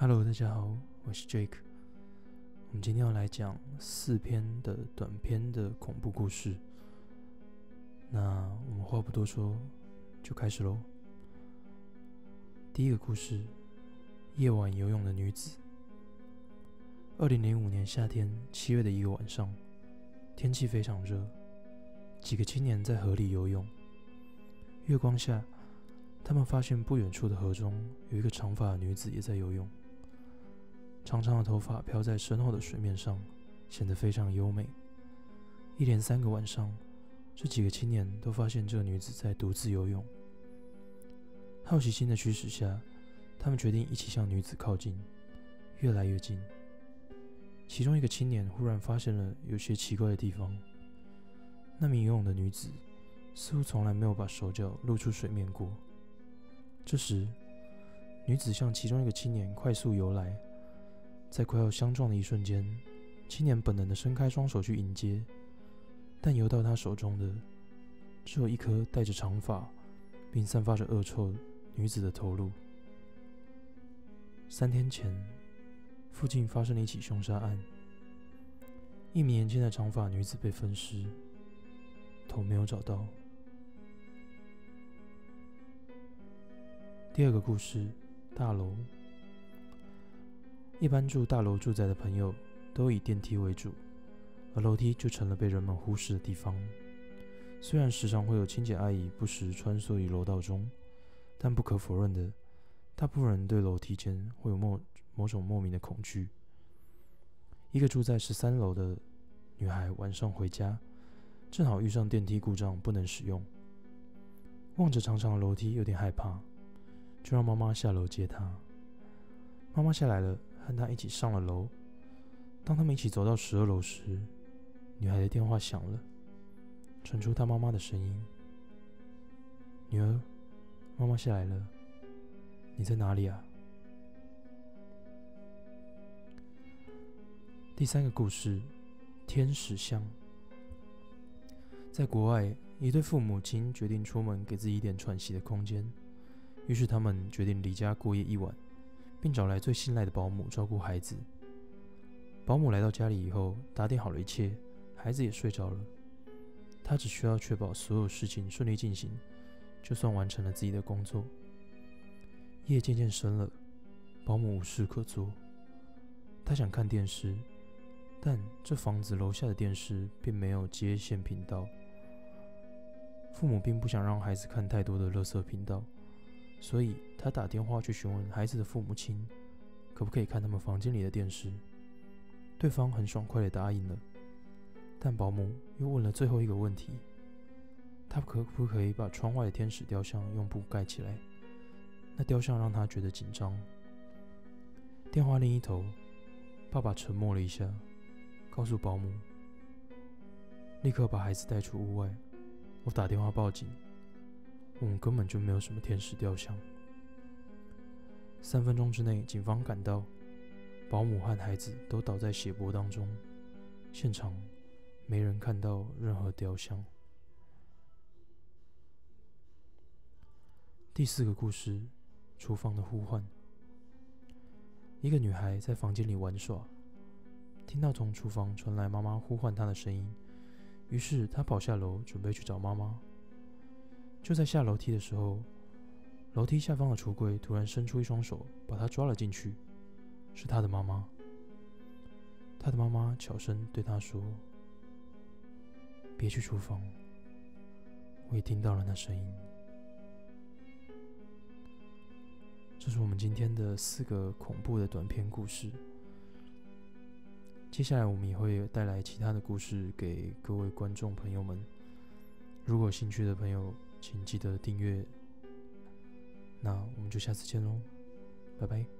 Hello， 大家好，我是 Jake。我们今天要来讲4篇的短篇的恐怖故事。那我们话不多说，就开始咯。第一个故事：夜晚游泳的女子。2005年夏天7月的一个晚上，天气非常热，几个青年在河里游泳。月光下，他们发现不远处的河中有一个长发的女子也在游泳。长长的头发飘在身后的水面上，显得非常优美。一连3个晚上，这几个青年都发现这个女子在独自游泳。好奇心的驱使下，他们决定一起向女子靠近，越来越近。其中一个青年忽然发现了有些奇怪的地方，那名游泳的女子似乎从来没有把手脚露出水面过。这时，女子向其中一个青年快速游来，在快要相撞的一瞬间，青年本能地伸开双手去迎接，但游到他手中的只有一颗带着长发并散发着恶臭女子的头颅。3天前，附近发生了一起凶杀案，一名年轻的长发女子被分尸，头没有找到。第二个故事：大楼。一般住大楼住宅的朋友都以电梯为主，而楼梯就成了被人们忽视的地方。虽然时常会有清洁阿姨不时穿梭于楼道中，但不可否认的，大部分人对楼梯间会有某种莫名的恐惧。一个住在13楼的女孩晚上回家，正好遇上电梯故障不能使用，望着长长的楼梯有点害怕，就让妈妈下楼接她。妈妈下来了，和她一起上了楼。当他们一起走到12楼时，女孩的电话响了，传出她妈妈的声音：“女儿，妈妈下来了，你在哪里啊？”第3个故事：天使像。在国外，一对父母亲决定出门给自己一点喘息的空间，于是他们决定离家过夜1晚，并找来最信赖的保姆照顾孩子。保姆来到家里以后，打点好了一切，孩子也睡着了。他只需要确保所有事情顺利进行，就算完成了自己的工作。夜渐渐深了，保姆无事可做，他想看电视，但这房子楼下的电视并没有接线频道。父母并不想让孩子看太多的垃圾频道，所以他打电话去询问孩子的父母亲，可不可以看他们房间里的电视。对方很爽快地答应了，但保姆又问了最后一个问题：他可不可以把窗外的天使雕像用布盖起来？那雕像让他觉得紧张。电话另一头，爸爸沉默了一下，告诉保姆：立刻把孩子带出屋外，我打电话报警，我们根本就没有什么天使雕像。3分钟之内，警方赶到，保姆和孩子都倒在血泊当中，现场没人看到任何雕像。第4个故事：厨房的呼唤。一个女孩在房间里玩耍，听到从厨房传来妈妈呼唤她的声音，于是她跑下楼准备去找妈妈。就在下楼梯的时候，楼梯下方的橱柜突然伸出一双手把她抓了进去，是她的妈妈。她的妈妈悄声对她说：“别去厨房，我也听到了那声音。”这是我们今天的4个恐怖的短篇故事。接下来我们也会带来其他的故事给各位观众朋友们。如果有兴趣的朋友，请记得订阅。那我们就下次见喽，拜拜。